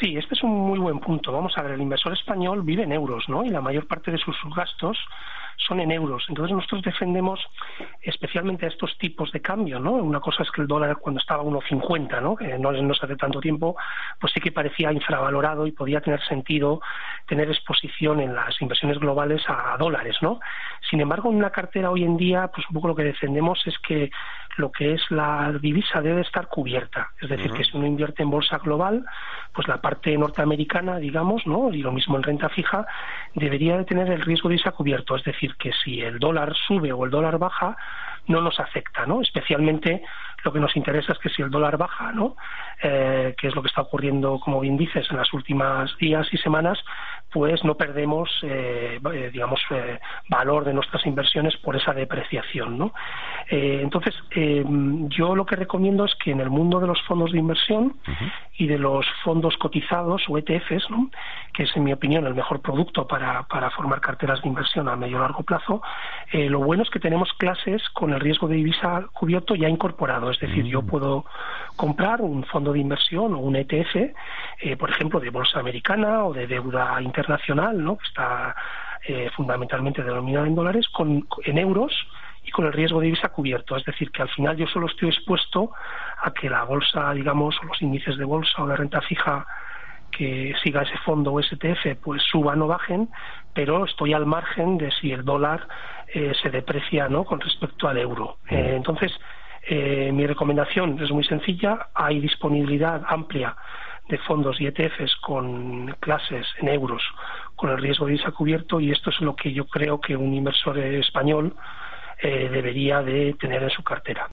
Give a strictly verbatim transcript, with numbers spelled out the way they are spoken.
Sí, este es un muy buen punto. Vamos a ver, el inversor español vive en euros, ¿no? Y la mayor parte de sus gastos son en euros. Entonces nosotros defendemos especialmente a estos tipos de cambio, ¿no? Una cosa es que el dólar cuando estaba a uno cincuenta, ¿no? Que no, no hace tanto tiempo, pues sí que parecía infravalorado y podía tener sentido tener exposición en las inversiones globales a dólares, ¿no? Sin embargo, en una cartera hoy en día, pues un poco lo que defendemos es que lo que es la divisa debe estar cubierta. Es decir, uh-huh. que si uno invierte en bolsa global, pues la parte norteamericana, digamos, ¿no? Y lo mismo en renta fija, debería de tener el riesgo de divisa cubierto. Es decir, que si el dólar sube o el dólar baja, no nos afecta, ¿no? Especialmente lo que nos interesa es que si el dólar baja, ¿no? Eh, que es lo que está ocurriendo, como bien dices, en las últimas días y semanas, pues no perdemos, eh, digamos, eh, valor de nuestras inversiones por esa depreciación, ¿no? Eh, entonces, eh, yo lo que recomiendo es que en el mundo de los fondos de inversión uh-huh. y de los fondos cotizados o E T Fs, ¿no? Que es, en mi opinión, el mejor producto para, para formar carteras de inversión a medio o largo plazo, eh, lo bueno es que tenemos clases con el riesgo de divisa cubierto ya incorporado. Es decir, uh-huh. yo puedo comprar un fondo de inversión o un E T F, eh, por ejemplo, de bolsa americana o de deuda internacional, ¿no? Que está eh, fundamentalmente denominada en dólares, con, en euros y con el riesgo de divisa cubierto. Es decir, que al final yo solo estoy expuesto a que la bolsa, digamos, o los índices de bolsa o de renta fija que siga ese fondo o ese E T F, pues suban o bajen, pero estoy al margen de si el dólar eh, se deprecia, ¿no? Con respecto al euro. Eh, entonces, eh, mi recomendación es muy sencilla. Hay disponibilidad amplia de fondos y E T Fs con clases en euros con el riesgo de divisa cubierto, y esto es lo que yo creo que un inversor español eh, debería de tener en su cartera.